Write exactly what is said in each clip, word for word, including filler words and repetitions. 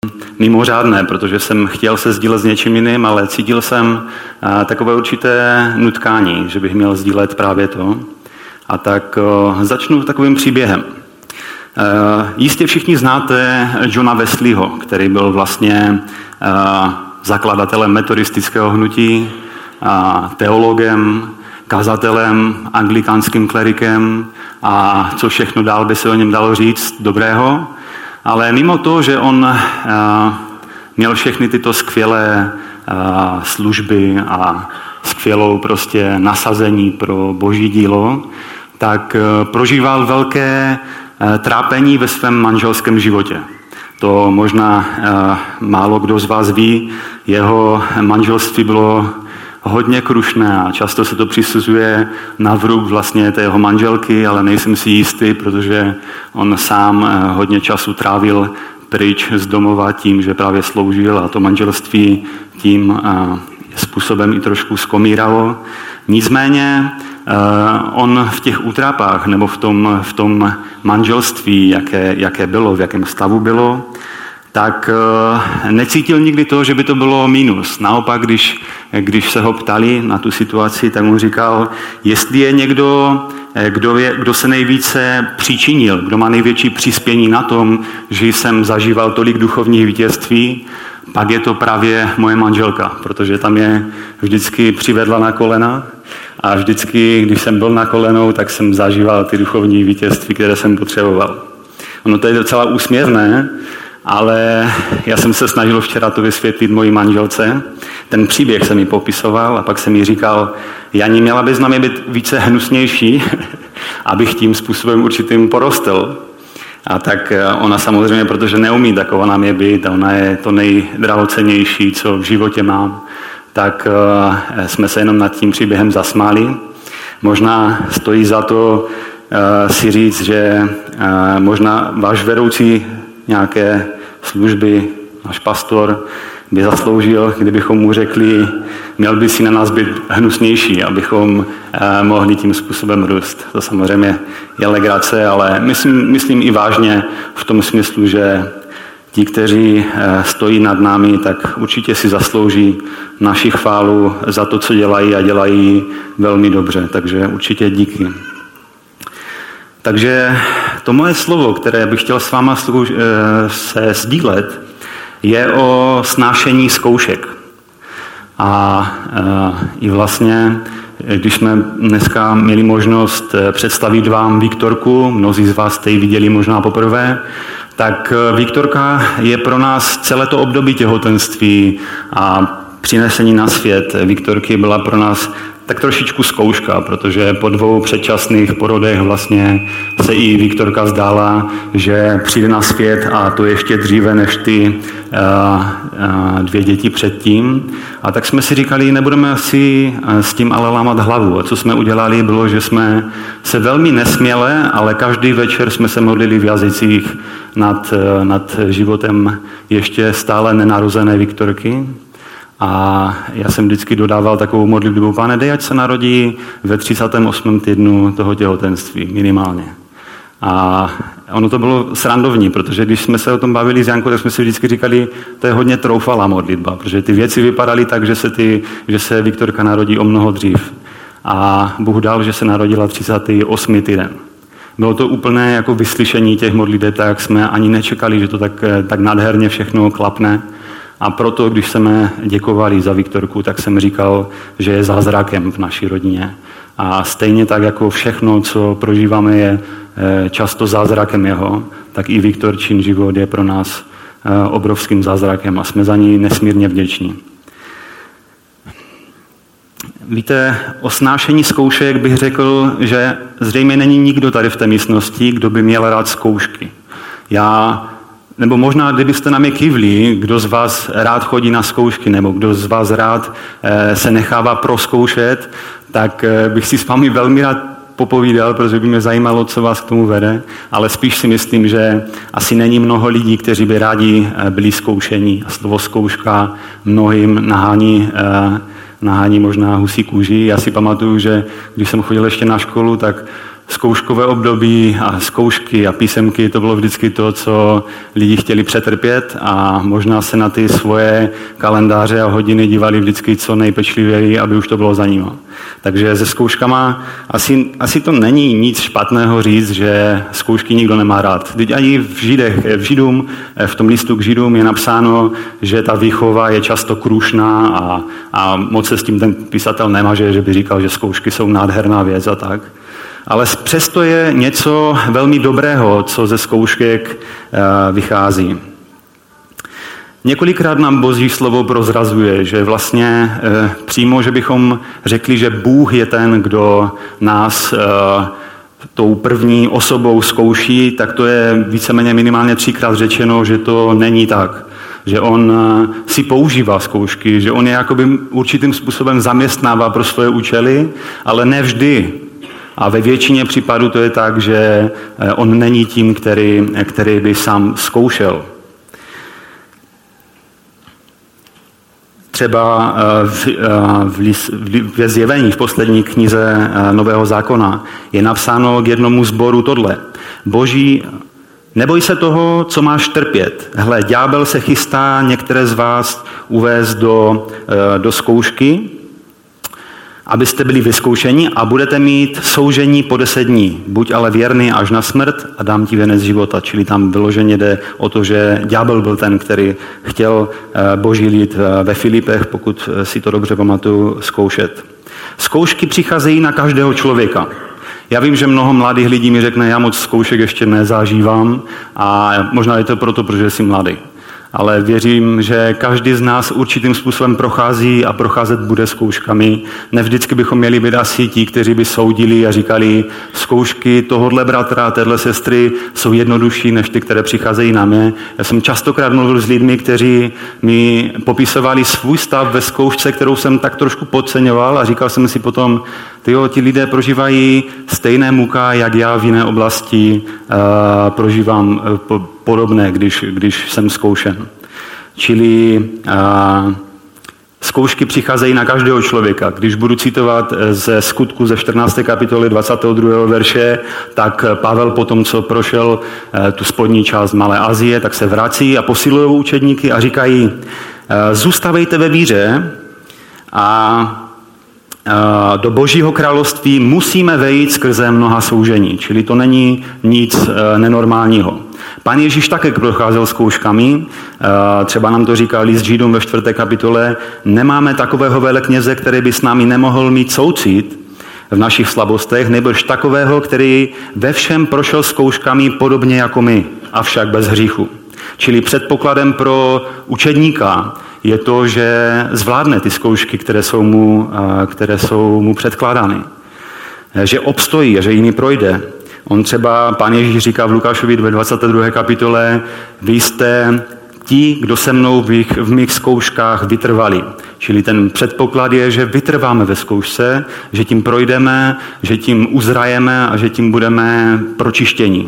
mimořádné, protože jsem chtěl se sdílet s něčím jiným, ale cítil jsem takové určité nutkání, že bych měl sdílet právě to. A tak začnu takovým příběhem. Jistě všichni znáte Johna Wesleyho, který byl vlastně zakladatelem metodistického hnutí, teologem, kazatelem, anglikánským klerikem a co všechno dál by se o něm dalo říct dobrého. Ale mimo to, že on měl všechny tyto skvělé služby a skvělou prostě nasazení pro boží dílo, tak prožíval velké trápení ve svém manželském životě. To možná málo kdo z vás ví, jeho manželství bylo hodně krušné a často se to přisuzuje na vrub vlastně té jeho manželky, ale nejsem si jistý, protože on sám hodně času trávil pryč z domova tím, že právě sloužil a to manželství tím způsobem i trošku skomíralo. Nicméně on v těch útrapách nebo v tom, v tom manželství, jaké, jaké bylo, v jakém stavu bylo, tak necítil nikdy to, že by to bylo mínus. Naopak, když, když se ho ptali na tu situaci, tak mu říkal, jestli je někdo, kdo, je, kdo se nejvíce přičinil, kdo má největší přispění na tom, že jsem zažíval tolik duchovních vítězství, pak je to právě moje manželka, protože tam je vždycky přivedla na kolena a vždycky, když jsem byl na kolenou, tak jsem zažíval ty duchovní vítězství, které jsem potřeboval. Ono to je docela úsměvné, ale já jsem se snažil včera to vysvětlit mojí manželce. Ten příběh jsem jí popisoval a pak jsem jí říkal, Jani, měla bys na mě být více hnusnější, abych tím způsobem určitým porostl. A tak ona samozřejmě, protože neumí taková na mě být, a ona je to nejdrahocennější, co v životě mám, tak jsme se jenom nad tím příběhem zasmáli. Možná stojí za to si říct, že možná váš vedoucí nějaké služby, náš pastor by zasloužil, kdybychom mu řekli, měl by si na nás být hnusnější, abychom eh, mohli tím způsobem růst. To samozřejmě je legrace, ale myslím, myslím i vážně v tom smyslu, že ti, kteří eh, stojí nad námi, tak určitě si zaslouží naši chválu za to, co dělají a dělají velmi dobře. Takže určitě díky. Takže to moje slovo, které bych chtěl s váma služ- se sdílet, je o snášení zkoušek. A e, i vlastně, když jsme dneska měli možnost představit vám Viktorku, mnozí z vás jste ji viděli možná poprvé, tak Viktorka je pro nás celé to období těhotenství a přinesení na svět Viktorky byla pro nás tak trošičku zkouška, protože po dvou předčasných porodech vlastně se i Viktorka zdála, že přijde na svět a to ještě dříve než ty uh, uh, dvě děti předtím. A tak jsme si říkali, nebudeme si s tím ale lámat hlavu. A co jsme udělali, bylo, že jsme se velmi nesměle, ale každý večer jsme se modlili v jazycích nad, nad životem ještě stále nenarozené Viktorky. A já jsem vždycky dodával takovou modlitbu, Pane, dej, ať se narodí ve třicátém osmém týdnu toho těhotenství, minimálně. A ono to bylo srandovní, protože když jsme se o tom bavili s Jankou, tak jsme si vždycky říkali, to je hodně troufalá modlitba, protože ty věci vypadaly tak, že se, ty, že se Viktorka narodí o mnoho dřív. A Bůh dal, že se narodila třicátý osmý týden. Bylo to úplné jako vyslyšení těch modliteb, tak jsme ani nečekali, že to tak, tak nádherně všechno klapne. A proto, když jsme děkovali za Viktorku, tak jsem říkal, že je zázrakem v naší rodině. A stejně tak, jako všechno, co prožíváme, je často zázrakem jeho, tak i Viktorčin život je pro nás obrovským zázrakem a jsme za ní nesmírně vděční. Víte, o snášení zkoušek bych řekl, že zřejmě není nikdo tady v té místnosti, kdo by měl rád zkoušky. Já Nebo možná, kdybyste na mě kývli, kdo z vás rád chodí na zkoušky, nebo kdo z vás rád se nechává prozkoušet, tak bych si s vámi velmi rád popovídal, protože by mě zajímalo, co vás k tomu vede, ale spíš si myslím, že asi není mnoho lidí, kteří by rádi byli zkoušení. A slovo zkouška mnohým nahání, nahání možná husí kůži. Já si pamatuju, že když jsem chodil ještě na školu, tak zkouškové období a zkoušky a písemky, to bylo vždycky to, co lidi chtěli přetrpět a možná se na ty svoje kalendáře a hodiny dívali vždycky co nejpečlivěji, aby už to bylo za nima. Takže se zkouškama asi, asi to není nic špatného říct, že zkoušky nikdo nemá rád. Teď ani v Židech, v Židům, v tom listu k Židům je napsáno, že ta výchova je často krušná a, a moc se s tím ten písatel nemaže, že by říkal, že zkoušky jsou nádherná věc a tak. Ale přesto je něco velmi dobrého, co ze zkoušek vychází. Několikrát nám Boží slovo prozrazuje, že vlastně přímo, že bychom řekli, že Bůh je ten, kdo nás tou první osobou zkouší, tak to je víceméně minimálně třikrát řečeno, že to není tak. Že on si používá zkoušky, že on je jakoby určitým způsobem zaměstnává pro svoje účely, ale ne vždy. A ve většině případů to je tak, že on není tím, který, který by sám zkoušel. Třeba v, v, v, ve Zjevení, v poslední knize Nového zákona, je napsáno k jednomu sboru tohle. Boží, neboj se toho, co máš trpět. Hle, ďábel se chystá některé z vás uvést do, do zkoušky, abyste byli vyzkoušeni a budete mít soužení po deset dní. Buď ale věrný až na smrt a dám ti věnec života. Čili tam vyloženě jde o to, že ďábel byl ten, který chtěl Boží lid ve Filipech, pokud si to dobře pamatuju, zkoušet. Zkoušky přicházejí na každého člověka. Já vím, že mnoho mladých lidí mi řekne, já moc zkoušek ještě nezažívám a možná je to proto, protože jsi mladý. Ale věřím, že každý z nás určitým způsobem prochází a procházet bude zkouškami. Ne vždycky bychom měli být asi ti, kteří by soudili a říkali, zkoušky tohohle bratra, téhle sestry jsou jednodušší než ty, které přicházejí na mě. Já jsem častokrát mluvil s lidmi, kteří mi popisovali svůj stav ve zkoušce, kterou jsem tak trošku podceňoval a říkal jsem si potom, tyjo, ti lidé prožívají stejné muka, jak já v jiné oblasti uh, prožívám uh, podobné, když, když jsem zkoušen. Čili uh, zkoušky přicházejí na každého člověka. Když budu citovat ze Skutku ze čtrnácté kapitoly dvacátého druhého verše, tak Pavel po tom, co prošel uh, tu spodní část Malé Asie, tak se vrací a posilují učedníky a říkají, uh, zůstavejte ve víře a do Božího království musíme vejít skrze mnoha soužení, čili to není nic nenormálního. Pán Ježíš také procházel zkouškami, třeba nám to říká list Židům ve čtvrté kapitole, nemáme takového velekněze, který by s námi nemohl mít soucit v našich slabostech, nebož takového, který ve všem prošel zkouškami podobně jako my, avšak bez hříchu. Čili předpokladem pro učedníka je to, že zvládne ty zkoušky, které jsou mu, které jsou mu předkládány. Že obstojí a že jiný projde. On třeba, Pán Ježíš říká v Lukášovi ve dvacáté druhé kapitole, vy jste ti, kdo se mnou v mých, v mých zkouškách vytrvali. Čili ten předpoklad je, že vytrváme ve zkoušce, že tím projdeme, že tím uzrajeme a že tím budeme pročištěni.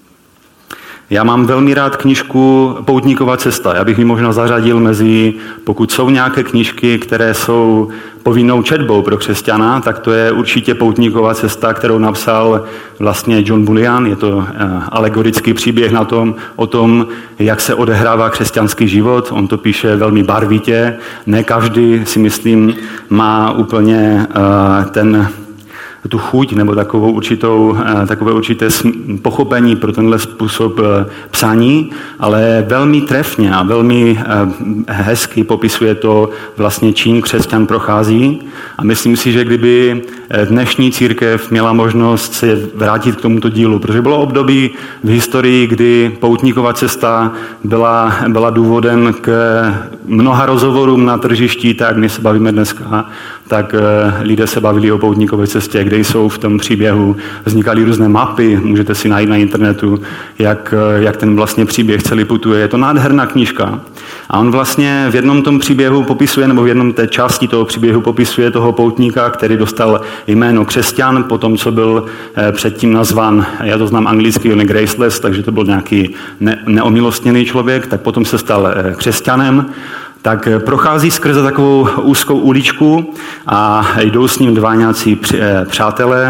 Já mám velmi rád knížku Poutníkova cesta. Já bych ji možná zařadil mezi, pokud jsou nějaké knížky, které jsou povinnou četbou pro křesťana, tak to je určitě Poutníkova cesta, kterou napsal vlastně John Bunyan. Je to alegorický příběh na tom, o tom, jak se odehrává křesťanský život. On to píše velmi barvitě. Ne každý, si myslím, má úplně uh, ten... tu chuť nebo takovou určitou, takové určité pochopení pro tenhle způsob psaní, ale velmi trefně a velmi hezky popisuje to vlastně, čím křesťan prochází. A myslím si, že kdyby dnešní církev měla možnost se vrátit k tomuto dílu, protože bylo období v historii, kdy Poutníkova cesta byla, byla důvodem k mnoha rozhovorům na tržišti, tak my se bavíme dneska, tak lidé se bavili o Poutníkové cestě, kde jsou v tom příběhu, vznikaly různé mapy, můžete si najít na internetu, jak, jak ten vlastně příběh celý putuje. Je to nádherná knížka. A on vlastně v jednom tom příběhu popisuje, nebo v jednom té části toho příběhu popisuje toho poutníka, který dostal jméno křesťan, po tom, co byl předtím nazván, já to znám anglicky, on je graceless, takže to byl nějaký ne, neomilostněný člověk, tak potom se stal křesťanem. Tak prochází skrze takovou úzkou uličku a jdou s ním dva nějací přátelé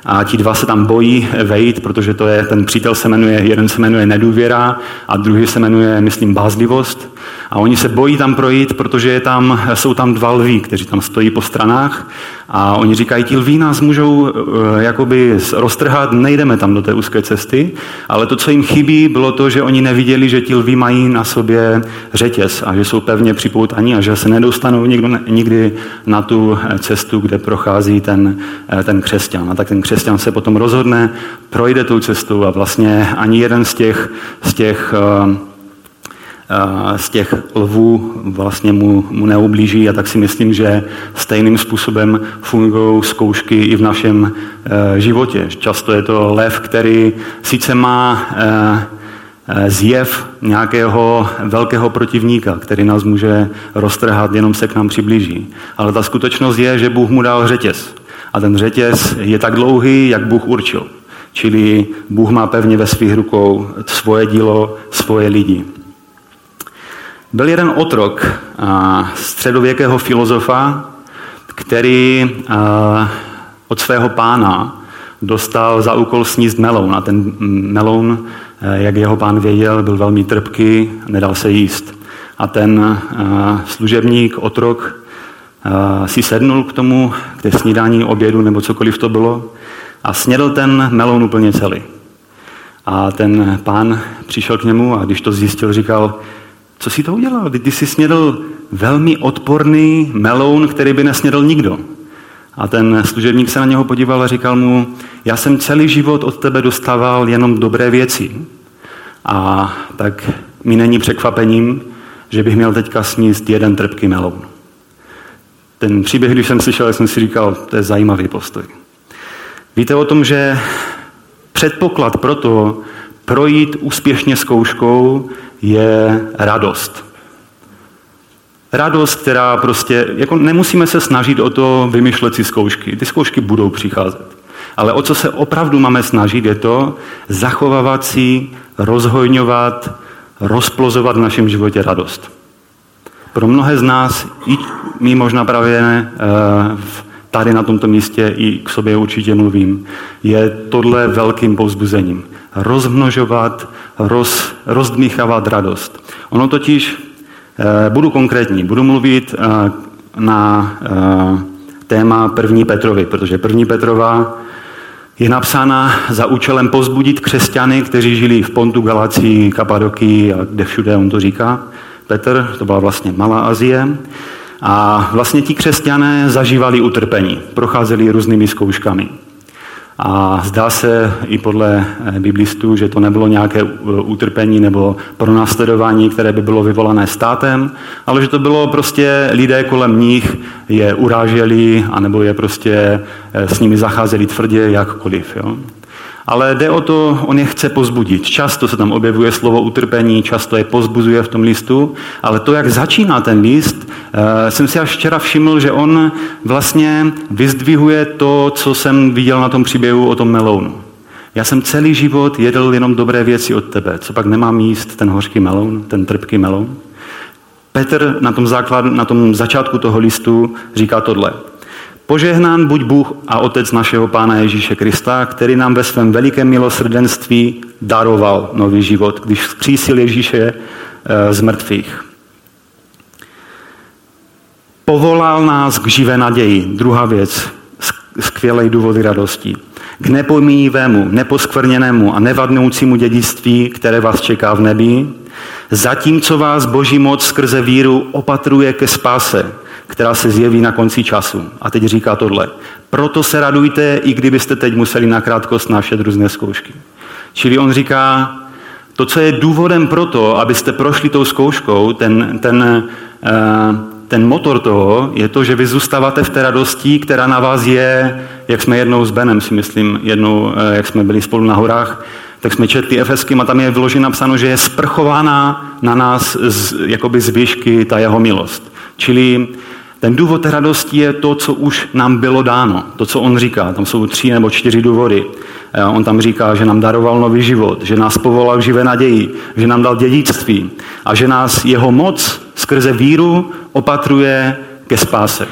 a ti dva se tam bojí vejít, protože to je, ten přítel se jmenuje, jeden se jmenuje nedůvěra a druhý se jmenuje, myslím, bázlivost. A oni se bojí tam projít, protože je tam, jsou tam dva lví, kteří tam stojí po stranách a oni říkají, ti lví nás můžou uh, jakoby roztrhat, nejdeme tam do té úzké cesty, ale to, co jim chybí, bylo to, že oni neviděli, že ti lví mají na sobě řetěz a že jsou pevně připoutaní a že se nedostanou nikdo, nikdy na tu cestu, kde prochází ten, ten křesťan. A tak ten křesťan se potom rozhodne, projde tou cestou a vlastně ani jeden z těch, z těch uh, z těch lvů vlastně mu, mu neublíží a tak si myslím, že stejným způsobem fungují zkoušky i v našem e, životě. Často je to lev, který sice má e, zjev nějakého velkého protivníka, který nás může roztrhat, jenom se k nám přiblíží. Ale ta skutečnost je, že Bůh mu dal řetěz. A ten řetěz je tak dlouhý, jak Bůh určil. Čili Bůh má pevně ve svých rukou svoje dílo, svoje lidi. Byl jeden otrok středověkého filozofa, který od svého pána dostal za úkol sníst meloun. A ten meloun, jak jeho pán věděl, byl velmi trpký, nedal se jíst. A ten služebník, otrok, si sednul k tomu, k té snídání, obědu nebo cokoliv to bylo a snědl ten meloun úplně celý. A ten pán přišel k němu a když to zjistil, říkal, co jsi to udělal? Ty jsi snědl velmi odporný meloun, který by nesnědl nikdo. A ten služebník se na něho podíval a říkal mu, já jsem celý život od tebe dostával jenom dobré věci. A tak mi není překvapením, že bych měl teďka sníst jeden trpký meloun. Ten příběh, když jsem slyšel, jsem si říkal, to je zajímavý postoj. Víte o tom, že předpoklad pro to projít úspěšně zkouškou je radost. Radost, která prostě, jako nemusíme se snažit o to vymýšlet si zkoušky. Ty zkoušky budou přicházet. Ale o co se opravdu máme snažit, je to zachovávat si, rozhojňovat, rozplozovat v našem životě radost. Pro mnohé z nás, i my možná právě tady na tomto místě i k sobě určitě mluvím, je tohle velkým povzbuzením. Rozmnožovat, roz, rozdmíchávat radost. Ono totiž, e, budu konkrétní, budu mluvit e, na e, téma první Petrovi, protože první Petrova je napsána za účelem povzbudit křesťany, kteří žili v Pontu, Galacii, Kapadokii a kde všude on to říká. Petr, to byla vlastně Malá Asie. A vlastně ti křesťané zažívali utrpení, procházeli různými zkouškami. A zdá se i podle biblistů, že to nebylo nějaké utrpení nebo pronásledování, které by bylo vyvolané státem, ale že to bylo prostě lidé kolem nich je uráželi anebo je prostě s nimi zacházeli tvrdě jakkoliv. Jo? Ale jde o to, on je chce pozbudit. Často se tam objevuje slovo utrpení, často je pozbuzuje v tom listu, ale to, jak začíná ten list, jsem si až včera všiml, že on vlastně vyzdvihuje to, co jsem viděl na tom příběhu o tom melounu. Já jsem celý život jedl jenom dobré věci od tebe, co pak nemám jíst ten hořký meloun, ten trpký meloun. Petr na tom, základu, na tom začátku toho listu říká tohle. Požehnán buď Bůh a Otec našeho Pána Ježíše Krista, který nám ve svém velikém milosrdenství daroval nový život, když vzkřísil Ježíše z mrtvých. Povolal nás k živé naději. Druhá věc, skvělé důvody radosti. K nepomíjivému, neposkvrněnému a nevadnoucímu dědictví, které vás čeká v nebi, zatímco vás Boží moc skrze víru opatruje ke spáse, která se zjeví na konci času. A teď říká tohle. Proto se radujte, i kdybyste teď museli nakrátko snášet různé zkoušky. Čili on říká, to, co je důvodem pro to, abyste prošli tou zkouškou, ten, ten, ten motor toho, je to, že vy zůstáváte v té radosti, která na vás je, jak jsme jednou s Benem, si myslím, jednou, jak jsme byli spolu na horách, tak jsme četli Efeským a tam je vyloženě napsáno, že je sprchována na nás z, jakoby z výšky ta jeho milost. Čili ten důvod té radosti je to, co už nám bylo dáno, to, co on říká. Tam jsou tři nebo čtyři důvody. On tam říká, že nám daroval nový život, že nás povolal k živé naději, že nám dal dědictví a že nás jeho moc skrze víru opatruje ke spáse.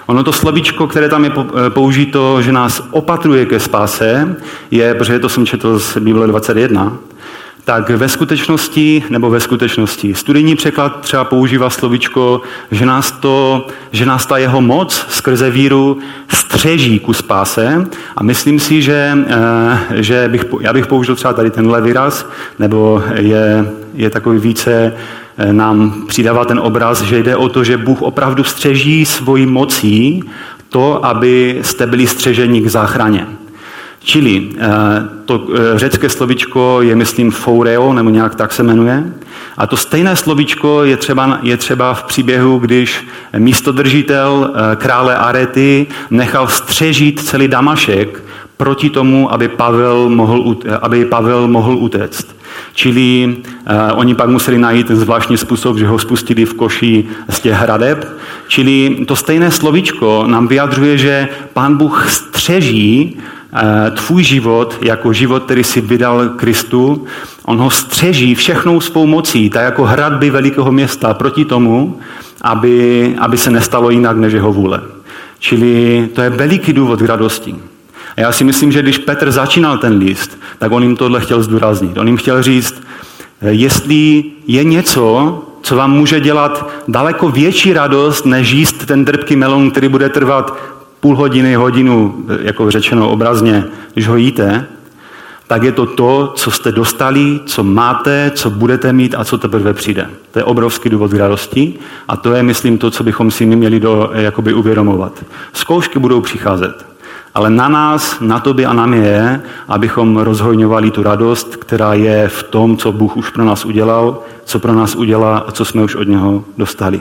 Ono to slovíčko, které tam je použito, že nás opatruje ke spáse, je, protože to jsem četl z Bible dvacet jedna, tak ve skutečnosti, nebo ve skutečnosti, studijní překlad třeba používá slovíčko, že nás, to, že nás ta jeho moc skrze víru střeží ku spáse a myslím si, že, že bych, já bych použil třeba tady tenhle výraz, nebo je, je takový více, nám přidává ten obraz, že jde o to, že Bůh opravdu střeží svojí mocí to, aby jste byli střeženi k záchraně. Čili to řecké slovíčko je, myslím, foureo, nebo nějak tak se jmenuje. A to stejné slovíčko je třeba, je třeba v příběhu, když místodržitel krále Arety nechal střežit celý Damašek proti tomu, aby Pavel mohl, aby Pavel mohl utéct. Čili uh, oni pak museli najít ten zvláštní způsob, že ho spustili v koši z těch hradeb. Čili to stejné slovíčko nám vyjadřuje, že Pán Bůh střeží uh, tvůj život jako život, který si vydal Kristu. On ho střeží všechnou svou mocí, tak jako hradby velikého města proti tomu, aby, aby se nestalo jinak než jeho vůle. Čili to je veliký důvod k radosti. A já si myslím, že když Petr začínal ten list, tak on jim tohle chtěl zdůraznit. On jim chtěl říct, jestli je něco, co vám může dělat daleko větší radost, než jíst ten trpký melon, který bude trvat půl hodiny, hodinu, jako řečeno obrazně, když ho jíte, tak je to to, co jste dostali, co máte, co budete mít a co teprve přijde. To je obrovský důvod k radosti a to je, myslím, to, co bychom si měli do, jakoby uvědomovat. Zkoušky budou přicházet. Ale na nás, na tobě a na mě je, abychom rozhojňovali tu radost, která je v tom, co Bůh už pro nás udělal, co pro nás udělá a co jsme už od něho dostali.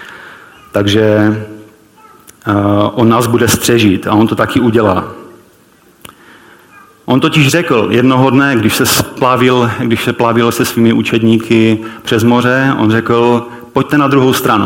Takže uh, on nás bude střežit a on to taky udělá. On totiž řekl jednoho dne, když se splavil, když se plavil se svými učedníky přes moře, on řekl, pojďte na druhou stranu.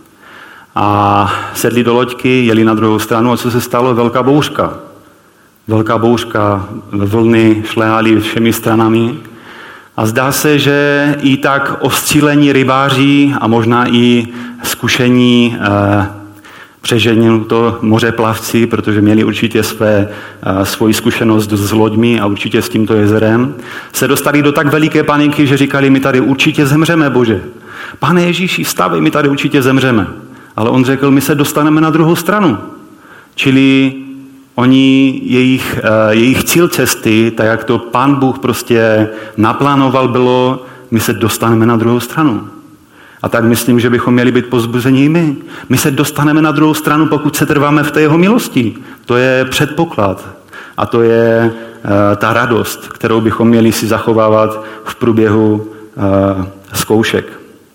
A sedli do loďky, jeli na druhou stranu a co se stalo? Velká bouřka. Velká bouřka, vlny šlehaly všemi stranami. A zdá se, že i tak ostřílení rybáři a možná i zkušení eh, přežení to mořeplavci, protože měli určitě své, eh, svoji zkušenost s loďmi a určitě s tímto jezerem, se dostali do tak veliké paniky, že říkali, my tady určitě zemřeme, Bože. Pane Ježíši, vstávej, my tady určitě zemřeme. Ale on řekl, my se dostaneme na druhou stranu. Čili oni, jejich, jejich cíl cesty, tak jak to Pán Bůh prostě naplánoval, bylo, my se dostaneme na druhou stranu. A tak myslím, že bychom měli být povzbuzeni i my. My se dostaneme na druhou stranu, pokud se trváme v té jeho milosti. To je předpoklad. A to je uh, ta radost, kterou bychom měli si zachovávat v průběhu uh, zkoušek.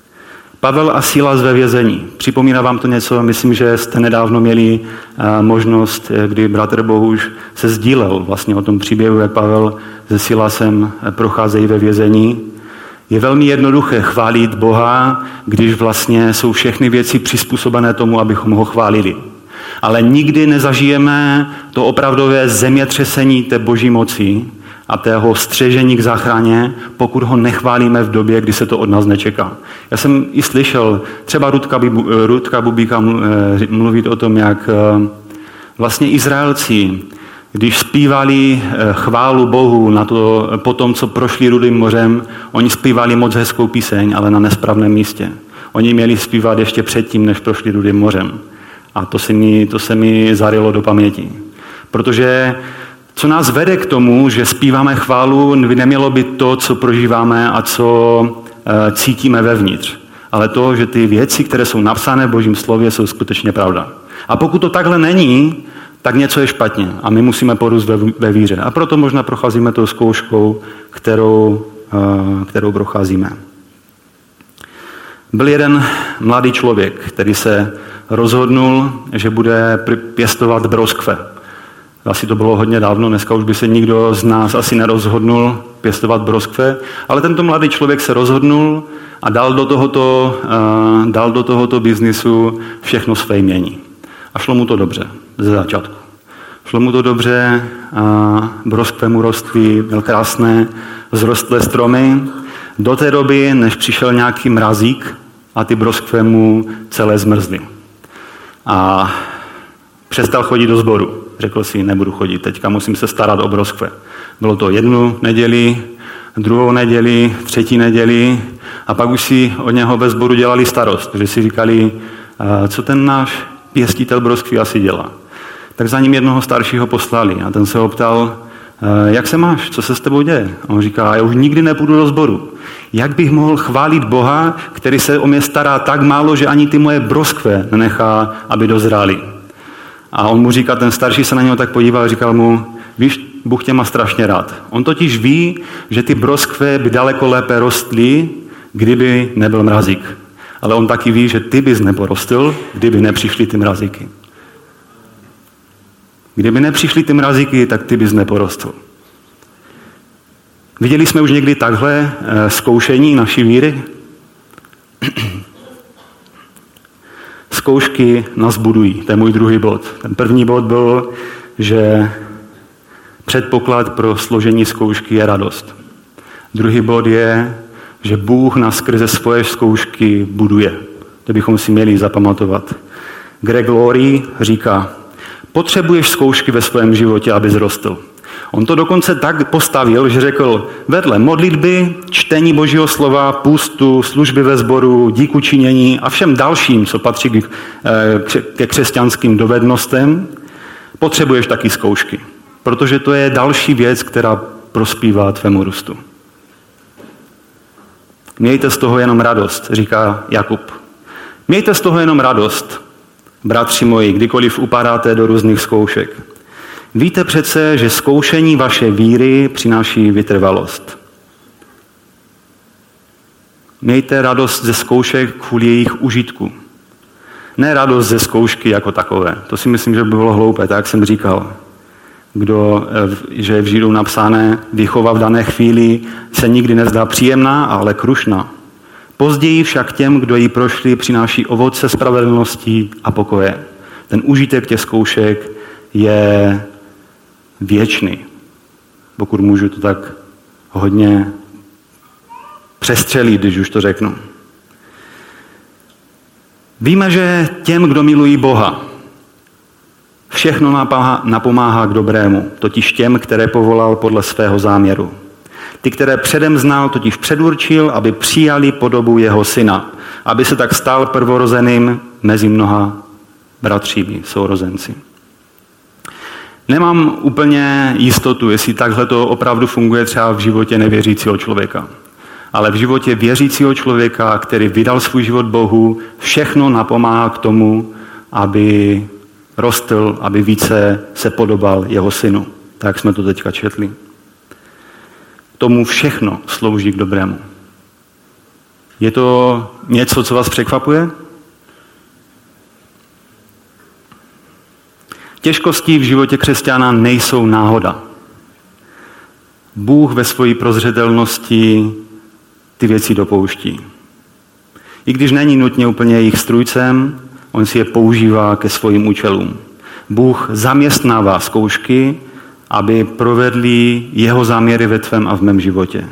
Pavel a Silas ve vězení. Připomíná vám to něco? Myslím, že jste nedávno měli možnost, kdy bratr Bohuš se sdílel vlastně o tom příběhu, jak Pavel se Silasem procházejí ve vězení. Je velmi jednoduché chválit Boha, když vlastně jsou všechny věci přizpůsobené tomu, abychom ho chválili. Ale nikdy nezažijeme to opravdové zemětřesení té boží moci a tého střežení k záchraně, pokud ho nechválíme v době, kdy se to od nás nečeká. Já jsem i slyšel třeba Rudka, Rudka Bubíka mluvit o tom, jak vlastně Izraelci, když zpívali chválu Bohu na to, po tom, co prošli Rudým mořem, oni zpívali moc hezkou píseň, ale na nesprávném místě. Oni měli zpívat ještě předtím, než prošli Rudým mořem. A to se mi, to se mi zarylo do paměti. Protože co nás vede k tomu, že zpíváme chválu, by nemělo být to, co prožíváme a co e, cítíme vevnitř. Ale to, že ty věci, které jsou napsané v Božím slově, jsou skutečně pravda. A pokud to takhle není, tak něco je špatně a my musíme porůst ve, ve víře. A proto možná procházíme tou zkouškou, kterou, e, kterou procházíme. Byl jeden mladý člověk, který se rozhodnul, že bude pěstovat broskve. Asi to bylo hodně dávno, dneska už by se nikdo z nás asi nerozhodnul pěstovat broskve, ale tento mladý člověk se rozhodnul a dal do tohoto, uh, dal do tohoto biznisu všechno své jmění. A šlo mu to dobře ze začátku. Šlo mu to dobře, uh, broskve mu rostly, měl krásné, zrostlé stromy, do té doby, než přišel nějaký mrazík a ty broskve mu celé zmrzly. A Přestal chodit do sboru. Řekl si, nebudu chodit, teďka musím se starat o broskve. Bylo to jednu neděli, druhou neděli, třetí neděli a pak už si od něho ve sboru dělali starost, protože si říkali, co ten náš pěstitel broskví asi dělá. Tak za ním jednoho staršího poslali a ten se ho ptal, jak se máš, co se s tebou děje? A on říká, já už nikdy nepůjdu do sboru. Jak bych mohl chválit Boha, který se o mě stará tak málo, že ani ty moje broskve nenechá, aby dozrály? A on mu říká, ten starší se na něho tak podíval a říkal mu, víš, Bůh tě má strašně rád. On totiž ví, že ty broskve by daleko lépe rostly, kdyby nebyl mrazík. Ale on taky ví, že ty bys neporostl, kdyby nepřišly ty mrazíky. Kdyby nepřišly ty mrazíky, tak ty bys neporostl. Viděli jsme už někdy takhle zkoušení naší víry? Zkoušky nás budují. To je můj druhý bod. Ten první bod byl, že předpoklad pro složení zkoušky je radost. Druhý bod je, že Bůh nás skrze svoje zkoušky buduje. To bychom si měli zapamatovat. Greg Laurie říká, potřebuješ zkoušky ve svém životě, aby zrostl. On to dokonce tak postavil, že řekl, vedle modlitby, čtení Božího slova, půstu, služby ve sboru, díku činění a všem dalším, co patří ke křesťanským dovednostem, potřebuješ taky zkoušky. Protože to je další věc, která prospívá tvému růstu. Mějte z toho jenom radost, říká Jakub. Mějte z toho jenom radost, bratři moji, kdykoliv upadáte do různých zkoušek. Víte přece, že zkoušení vaše víry přináší vytrvalost. Mějte radost ze zkoušek kvůli jejich užitku. Ne radost ze zkoušky jako takové. To si myslím, že by bylo hloupé, tak jak jsem říkal. Kdo, že je v Židu napsané, výchova v dané chvíli se nikdy nezdá příjemná, ale krušná. Později však těm, kdo ji prošli, přináší ovoce spravedlnosti a pokoje. Ten užitek těch zkoušek je věčný. Pokud můžu to tak hodně přestřelit, když už to řeknu. Víme, že těm, kdo milují Boha, všechno napomáhá k dobrému, totiž těm, které povolal podle svého záměru. Ty, které předem znal, totiž předurčil, aby přijali podobu jeho syna, aby se tak stal prvorozeným mezi mnoha bratřími, sourozenci. Nemám úplně jistotu, jestli takhle to opravdu funguje třeba v životě nevěřícího člověka. Ale v životě věřícího člověka, který vydal svůj život Bohu, všechno napomáhá k tomu, aby rostl, aby více se podobal jeho synu. Tak jsme to teďka četli. Tomu všechno slouží k dobrému. Je to něco, co vás překvapuje? Těžkosti v životě křesťana nejsou náhoda. Bůh ve své prozřetelnosti ty věci dopouští. I když není nutně úplně jejich strůjcem, on si je používá ke svým účelům. Bůh zaměstnává zkoušky, aby provedli jeho záměry ve tvém a v mém životě.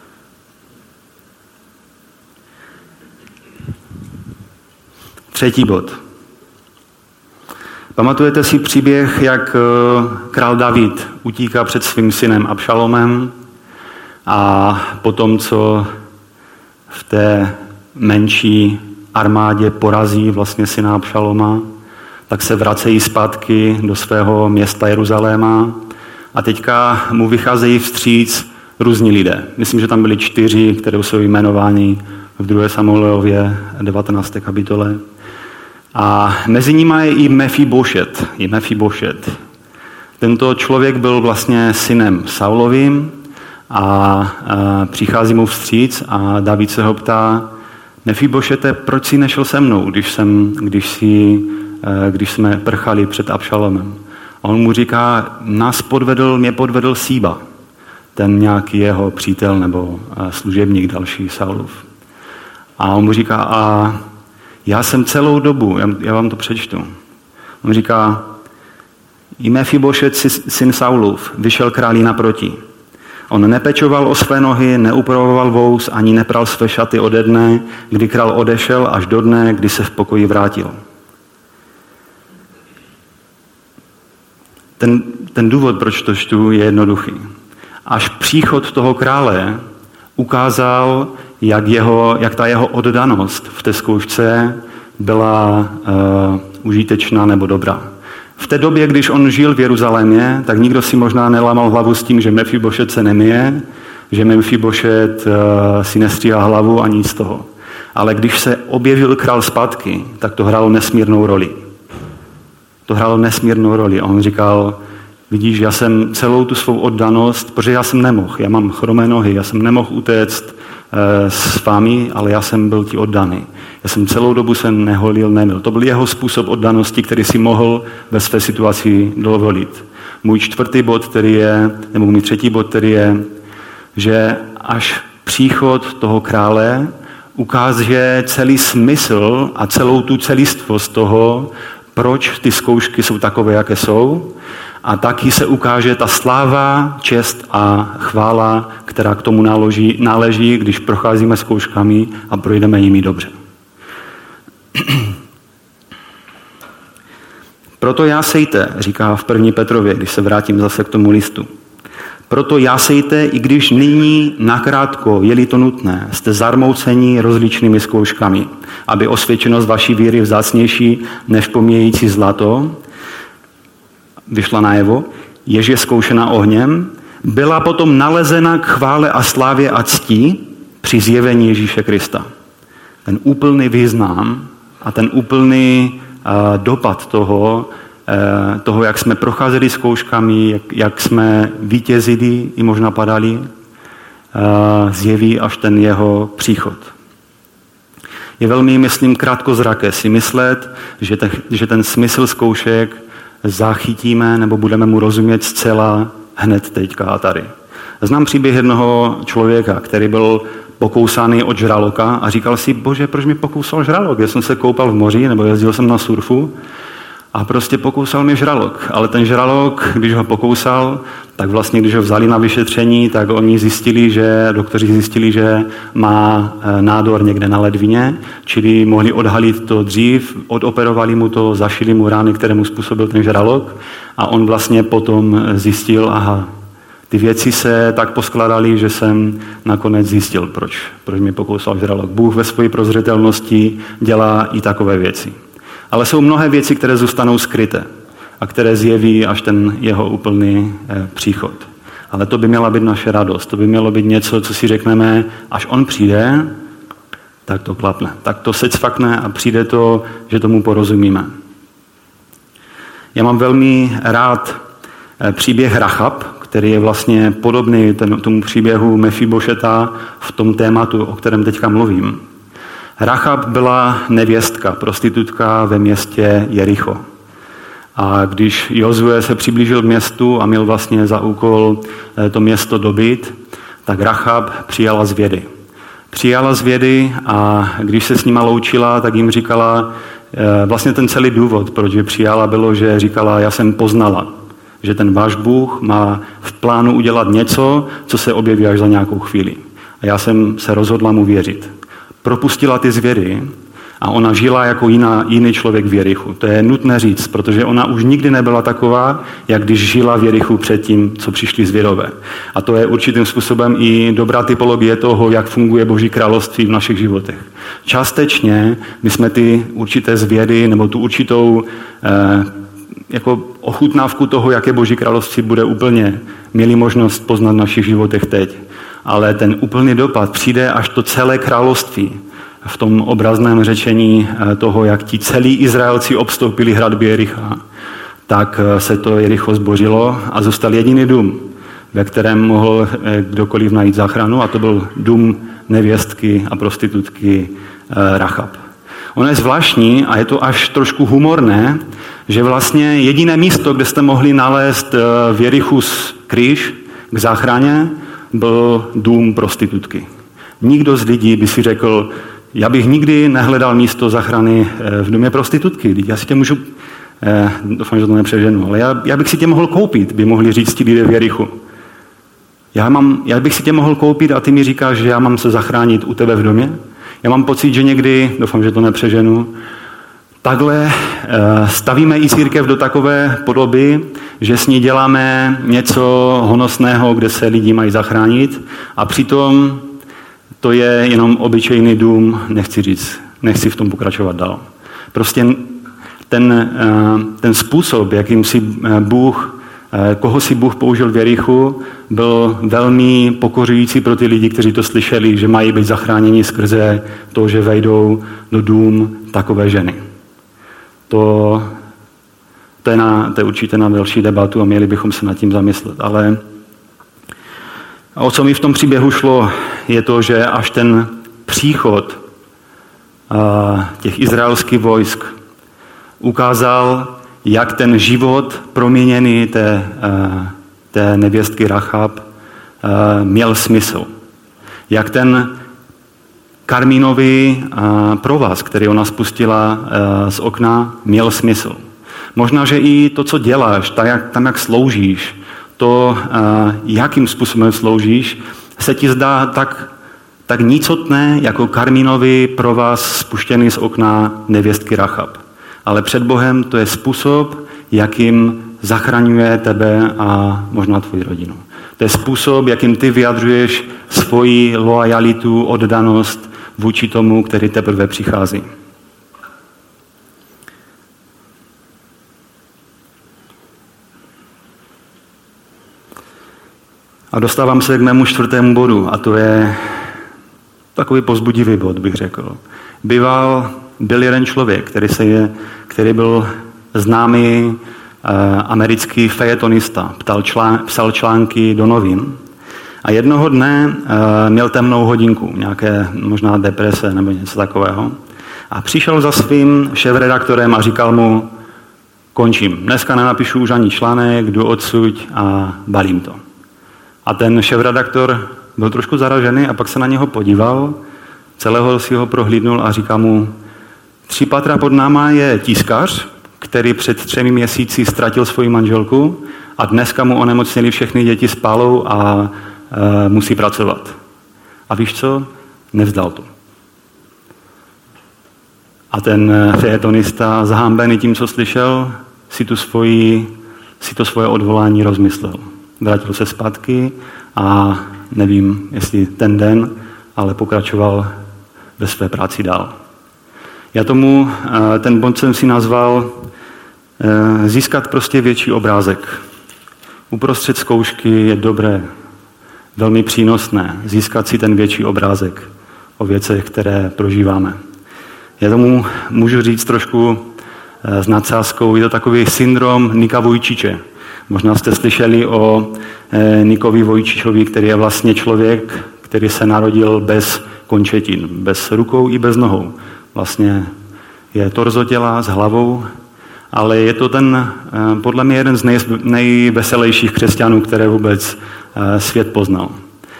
Třetí bod. Pamatujete si příběh, jak král David utíká před svým synem Abšalomem a potom, co v té menší armádě porazí vlastně syna Abšaloma, tak se vracejí zpátky do svého města Jeruzaléma a teďka mu vycházejí vstříc různí lidé. Myslím, že tam byli čtyři, které jsou jmenováni v druhé Samuelově devatenácté kapitole. A mezi nimi je i Mefibošet. I Mefibošet. Tento člověk byl vlastně synem Saulovým a, a přichází mu vstříc a David se ho ptá, Mefibošete, proč jsi nešel se mnou, když, jsem, když, jsi, když jsme prchali před Abšalomem? A on mu říká, nás podvedl, mě podvedl Síba, ten nějaký jeho přítel nebo služebník další Saulův. A on mu říká, a já jsem celou dobu, já, já vám to přečtu. On říká, i Mefibošet, syn Saulův, vyšel králi naproti. On nepečoval o své nohy, neupravoval vous, ani nepral své šaty ode dne, kdy král odešel, až do dne, kdy se v pokoji vrátil. ten, ten důvod, proč to čtu, je jednoduchý. Až příchod toho krále ukázal, jak, jeho, jak ta jeho oddanost v té zkoušce byla uh, užitečná nebo dobrá. V té době, když on žil v Jeruzalémě, tak nikdo si možná nelámal hlavu s tím, že Mefibošet se nemije, že Mefibošet uh, si nestříhá hlavu a nic z toho. Ale když se objevil král zpátky, tak to hrálo nesmírnou roli. To hrálo nesmírnou roli. A on říkal, vidíš, já jsem celou tu svou oddanost, protože já jsem nemohl, já mám chromé nohy, já jsem nemohl utéct e, s vámi, ale já jsem byl ti oddaný. Já jsem celou dobu se neholil, nemil. To byl jeho způsob oddanosti, který si mohl ve své situaci dovolit. Můj čtvrtý bod, který je, nebo můj třetí bod, který je, že až příchod toho krále ukáže celý smysl a celou tu celistvost toho, proč ty zkoušky jsou takové, jaké jsou, a taky se ukáže ta sláva, čest a chvála, která k tomu náleží, náleží, když procházíme zkouškami a projdeme jimi dobře. Proto jásejte, říká v první Petrově, když se vrátím zase k tomu listu. Proto jásejte, i když nyní nakrátko, je-li to nutné, jste zarmouceni rozličnými zkouškami, aby osvědčenost vaší víry vzácnější než pomíjející zlato vyšla najevo, jež je zkoušena ohněm, byla potom nalezena k chvále a slávě a cti při zjevení Ježíše Krista. Ten úplný význam a ten úplný uh, dopad toho, uh, toho, jak jsme procházeli zkouškami, jak, jak jsme vítězili i možná padali, uh, zjeví až ten jeho příchod. Je velmi, myslím, krátkozraké si myslet, že, te, že ten smysl zkoušek zachytíme nebo budeme mu rozumět zcela hned teďka a tady. Znám příběh jednoho člověka, který byl pokousaný od žraloka a říkal si, bože, proč mi pokousal žralok? Já jsem se koupal v moři nebo jezdil jsem na surfu a prostě pokousal mě žralok. Ale ten žralok, když ho pokousal, tak vlastně, když ho vzali na vyšetření, tak oni zjistili, že, doktoři zjistili, že má nádor někde na ledvině, čili mohli odhalit to dřív, odoperovali mu to, zašili mu rány, které mu způsobil ten žralok a on vlastně potom zjistil, aha, ty věci se tak poskladaly, že jsem nakonec zjistil, proč, proč mě pokousal žralok. Bůh ve své prozřetelnosti dělá i takové věci. Ale jsou mnohé věci, které zůstanou skryté a které zjeví až ten jeho úplný eh, příchod. Ale to by měla být naše radost. To by mělo být něco, co si řekneme, až on přijde, tak to klapne. Tak to se cvakne a přijde to, že tomu porozumíme. Já mám velmi rád eh, příběh Rachab, který je vlastně podobný ten, tomu příběhu Mefibošeta v tom tématu, o kterém teďka mluvím. Rachab byla nevěstka, prostitutka ve městě Jericho. A když Jozue se přiblížil k městu a měl vlastně za úkol to město dobít, tak Rachab přijala z vědy. Přijala z vědy a když se s nima loučila, tak jim říkala, vlastně ten celý důvod, proč je přijala, bylo, že říkala, já jsem poznala, že ten váš Bůh má v plánu udělat něco, co se objeví až za nějakou chvíli. A já jsem se rozhodla mu věřit. Propustila ty z vědy a ona žila jako jiná, jiný člověk v Jerichu. To je nutné říct, protože ona už nikdy nebyla taková, jak když žila v Jerichu před tím, co přišli zvědové. A to je určitým způsobem i dobrá typologie toho, jak funguje Boží království v našich životech. Částečně my jsme ty určité zvědy nebo tu určitou eh, jako ochutnávku toho, jaké Boží království bude úplně, měli možnost poznat v našich životech teď. Ale ten úplný dopad přijde až to celé království v tom obrazném řečení toho, jak ti celí Izraelci obstoupili hradby Jericha, tak se to Jericho zbořilo a zůstal jediný dům, ve kterém mohl kdokoliv najít záchranu, a to byl dům nevěstky a prostitutky Rachab. Ono je zvláštní a je to až trošku humorné, že vlastně jediné místo, kde jste mohli nalézt v Jerichu kříž k záchraně, byl dům prostitutky. Nikdo z lidí by si řekl, já bych nikdy nehledal místo záchrany v domě prostitutky. Já si tě můžu, eh, doufám, že to nepřeženu, ale já, já bych si tě mohl koupit, by mohli říct ti lidé v Jerichu. Já, mám, já bych si tě mohl koupit a ty mi říkáš, že já mám se zachránit u tebe v domě. Já mám pocit, že někdy, doufám, že to nepřeženu, takhle stavíme i církev do takové podoby, že s ní děláme něco honosného, kde se lidi mají zachránit a přitom to je jenom obyčejný dům, nechci říct, nechci v tom pokračovat dál. Prostě ten, ten způsob, jakým si Bůh, koho si Bůh použil v Jerichu, byl velmi pokořující pro ty lidi, kteří to slyšeli, že mají být zachráněni skrze to, že vejdou do dům takové ženy. To, to, je, na, to je určitě na další debatu a měli bychom se nad tím zamyslet. Ale o co mi v tom příběhu šlo, je to, že až ten příchod uh, těch izraelských vojsk ukázal, jak ten život proměněný té, uh, té nevěstky Rachab uh, měl smysl. Jak ten karmínový uh, provaz, který ona spustila uh, z okna, měl smysl. Možná, že i to, co děláš, tam jak, tam, jak sloužíš, to, uh, jakým způsobem sloužíš, se ti zdá tak, tak nicotné, jako karmínový provaz spuštěný z okna nevěstky Rachab. Ale před Bohem to je způsob, jakým zachraňuje tebe a možná tvoji rodinu. To je způsob, jakým ty vyjadřuješ svoji loajalitu, oddanost vůči tomu, který teprve přichází. A dostávám se k mému čtvrtému bodu, a to je takový povzbudivý bod, bych řekl. Býval, byl jeden člověk, který, se je, který byl známý eh, americký fejetonista, ptal člán, psal články do novin a jednoho dne eh, měl temnou hodinku, nějaké možná deprese nebo něco takového. A přišel za svým šéfredaktorem a říkal mu, končím, dneska nenapíšu už ani článek, jdu odsud a balím to. A ten šéfredaktor byl trošku zaražený a pak se na něho podíval, celého si ho prohlídnul a říká mu, tři patra pod náma je tiskař, který před třemi měsíci ztratil svoji manželku a dneska mu onemocněli všechny děti spálou a e, musí pracovat. A víš co? Nevzdal to. A ten fejetonista, zahambený tím, co slyšel, si, tu svoji, si to svoje odvolání rozmyslel. Vrátil se zpátky a nevím, jestli ten den, ale pokračoval ve své práci dál. Já tomu, ten bod jsem si nazval získat prostě větší obrázek. Uprostřed zkoušky je dobré, velmi přínosné získat si ten větší obrázek o věcech, které prožíváme. Já tomu můžu říct trošku s nadsázkou, je to takový syndrom Nika Vujčiče. Možná jste slyšeli o Nikovi Vujčičovi, který je vlastně člověk, který se narodil bez končetin, bez rukou i bez nohou. Vlastně je torzo těla s hlavou, ale je to ten, podle mě, jeden z nej, nejveselějších křesťanů, které vůbec svět poznal.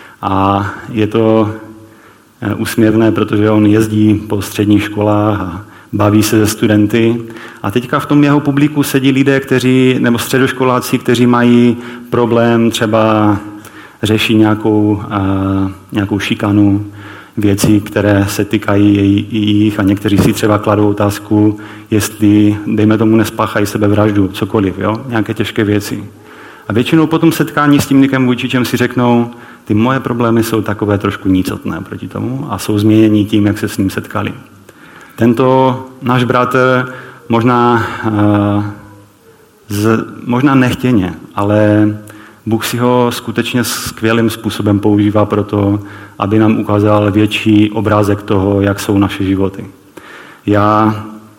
A je to úsměvné, protože on jezdí po středních školách a baví se se studenty. A teďka v tom jeho publiku sedí lidé, kteří, nebo středoškoláci, kteří mají problém, třeba řeší nějakou, uh, nějakou šikanu, věcí, které se týkají jejich a někteří si třeba kladou otázku, jestli, dejme tomu, nespáchají sebevraždu, cokoliv, jo? Nějaké těžké věci. A většinou po tom setkání s tím Nikem Vujčičem si řeknou, ty moje problémy jsou takové trošku nicotné proti tomu a jsou změnění tím, jak se s ním setkali. Tento náš bratr možná, uh, z, možná nechtěně, ale Bůh si ho skutečně skvělým způsobem používá pro to, aby nám ukázal větší obrázek toho, jak jsou naše životy. Já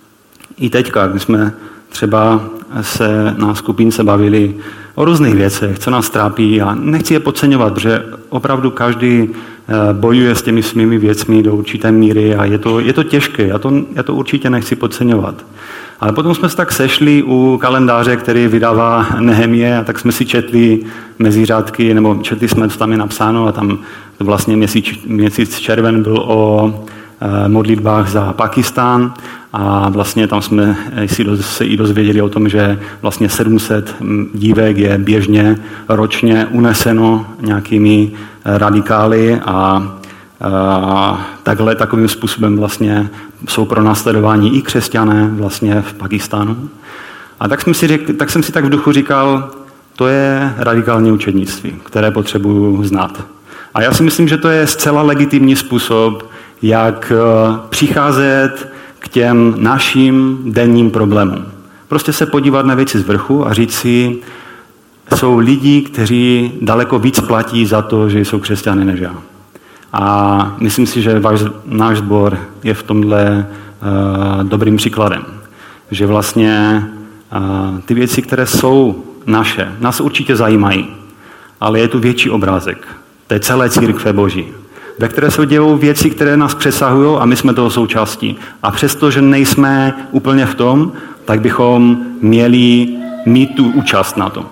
i teďka, když jsme třeba se na skupince bavili o různých věcech, co nás trápí, a nechci je podceňovat, protože opravdu každý bojuje s těmi svými věcmi do určité míry a je to, je to těžké, já to, já to určitě nechci podceňovat. Ale potom jsme se tak sešli u kalendáře, který vydává Nehemie, a tak jsme si četli mezi řádky, nebo četli jsme, co tam je napsáno, a tam vlastně měsíc, měsíc červen byl o e, modlitbách za Pakistán a vlastně tam jsme si do, se i dozvěděli o tom, že vlastně sedm set dívek je běžně ročně uneseno nějakými radikály a takhle takovým způsobem vlastně jsou pronásledováni i křesťané vlastně v Pakistánu. A tak jsem si, řek, tak jsem si tak v duchu říkal, to je radikální učednictví, které potřebuju znát. A já si myslím, že to je zcela legitimní způsob, jak přicházet k těm našim denním problémům. Prostě se podívat na věci z vrchu a říct si, jsou lidi, kteří daleko víc platí za to, že jsou křesťané než já. A myslím si, že váš, náš sbor je v tomhle uh, dobrým příkladem. Že vlastně uh, ty věci, které jsou naše, nás určitě zajímají, ale je tu větší obrázek té celé církve Boží, ve které se dějou věci, které nás přesahují a my jsme toho součástí. A přesto, že nejsme úplně v tom, tak bychom měli mít tu účast na tom.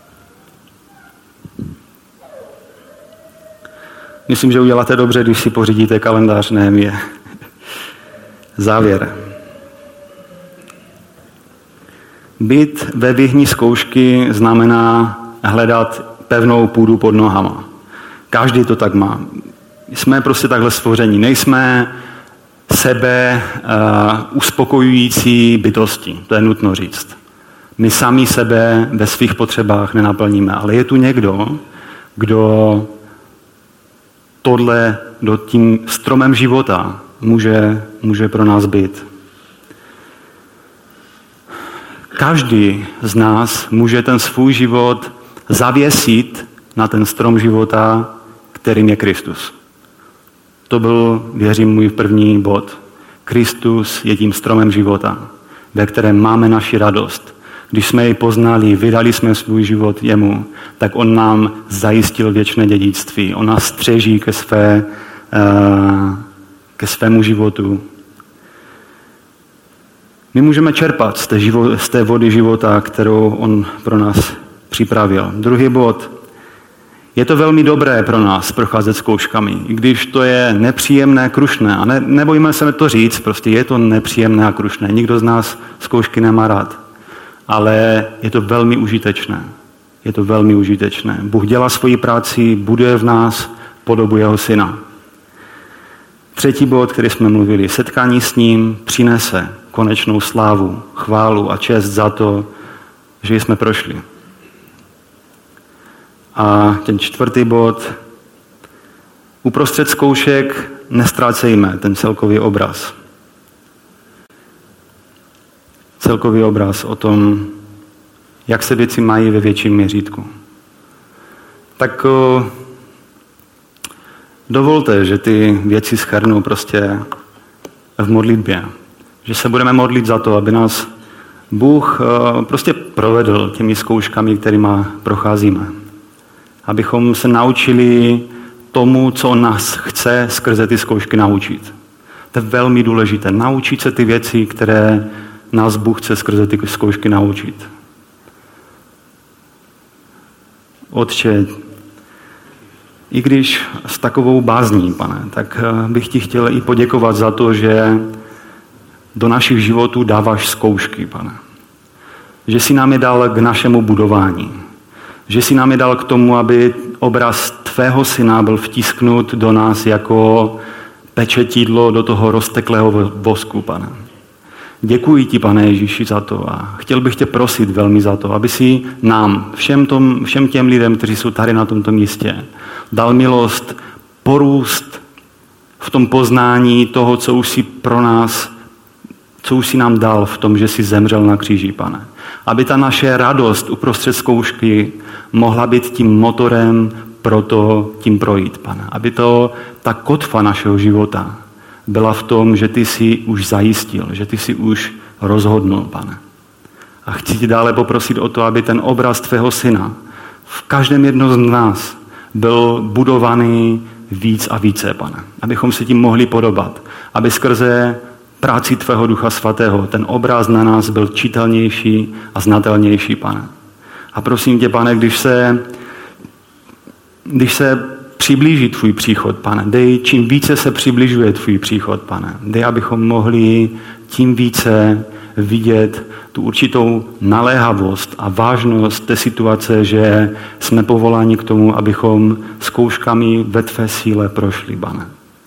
Myslím, že uděláte dobře, když si pořídíte kalendář Nehemie. Závěr. Být ve věhni zkoušky znamená hledat pevnou půdu pod nohama. Každý to tak má. Jsme prostě takhle stvoření. Nejsme sebe uh, uspokojující bytosti. To je nutno říct. My sami sebe ve svých potřebách nenaplníme. Ale je tu někdo, kdo tohle do tím stromem života může, může pro nás být. Každý z nás může ten svůj život zavěsit na ten strom života, kterým je Kristus. To byl, věřím, můj první bod. Kristus je tím stromem života, ve kterém máme naši radost. Když jsme jej poznali, vydali jsme svůj život jemu, tak on nám zajistil věčné dědictví. On nás střeží ke, své, ke svému životu. My můžeme čerpat z té, živo, z té vody života, kterou on pro nás připravil. Druhý bod. Je to velmi dobré pro nás procházet zkouškami, i když to je nepříjemné, krušné. A ne, nebojíme se to říct, prostě je to nepříjemné a krušné. Nikdo z nás zkoušky nemá rád. Ale je to velmi užitečné. Je to velmi užitečné. Bůh dělá svoji práci, buduje v nás podobu jeho syna. Třetí bod, který jsme mluvili, setkání s ním přinese konečnou slávu, chválu a čest za to, že jsme prošli. A ten čtvrtý bod, uprostřed zkoušek nestrácejme ten celkový obraz. Celkový obraz o tom, jak se věci mají ve větším měřítku. Tak o, dovolte, že ty věci shrnu prostě v modlitbě. Že se budeme modlit za to, aby nás Bůh o, prostě provedl těmi zkouškami, kterými procházíme. Abychom se naučili tomu, co on nás chce skrze ty zkoušky naučit. To je velmi důležité. Naučit se ty věci, které nás Bůh chce skrze ty zkoušky naučit. Otče, i když s takovou bázní, Pane, tak bych ti chtěl i poděkovat za to, že do našich životů dáváš zkoušky, Pane. Že jsi nám je dal k našemu budování. Že jsi nám je dal k tomu, aby obraz tvého syna byl vtisknut do nás jako pečetidlo do toho rozteklého vosku, Pane. Děkuji ti, Pane Ježíši, za to a chtěl bych tě prosit velmi za to, aby si nám, všem, tom, všem těm lidem, kteří jsou tady na tomto místě, dal milost porůst v tom poznání toho, co už si pro nás, co už si nám dal v tom, že jsi zemřel na kříži, Pane. Aby ta naše radost uprostřed zkoušky mohla být tím motorem pro to tím projít, Pane. Aby to ta kotva našeho života byla v tom, že ty jsi už zajistil, že ty jsi už rozhodnul, Pane. A chci ti dále poprosit o to, aby ten obraz tvého syna v každém jednom z nás byl budovaný víc a více, Pane. Abychom se tím mohli podobat. Aby skrze práci tvého Ducha Svatého ten obraz na nás byl čitelnější a znatelnější, Pane. A prosím tě, Pane, když se, když se přiblíží tvůj příchod, Pane. Dej, čím více se přibližuje tvůj příchod, Pane. Dej, abychom mohli tím více vidět tu určitou naléhavost a vážnost té situace, že jsme povoláni k tomu, abychom zkouškami ve tvé síle prošli, Pane.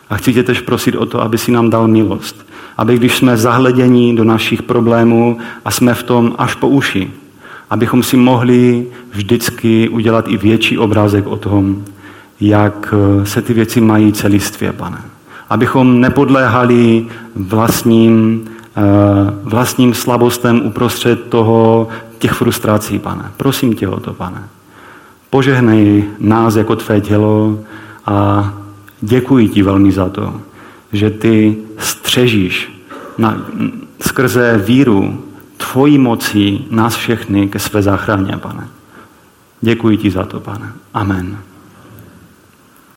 A chci tě tež prosit o to, aby si nám dal milost. Aby když jsme zahleděni do našich problémů a jsme v tom až po uši, abychom si mohli vždycky udělat i větší obrázek o tom, jak se ty věci mají celistvě, Pane. Abychom nepodléhali vlastním, vlastním slabostem uprostřed toho, těch frustrací, Pane. Prosím tě o to, Pane. Požehnej nás jako tvé tělo a děkuji ti velmi za to, že ty střežíš na, skrze víru tvojí mocí nás všechny ke své záchraně, Pane. Děkuji ti za to, Pane. Amen.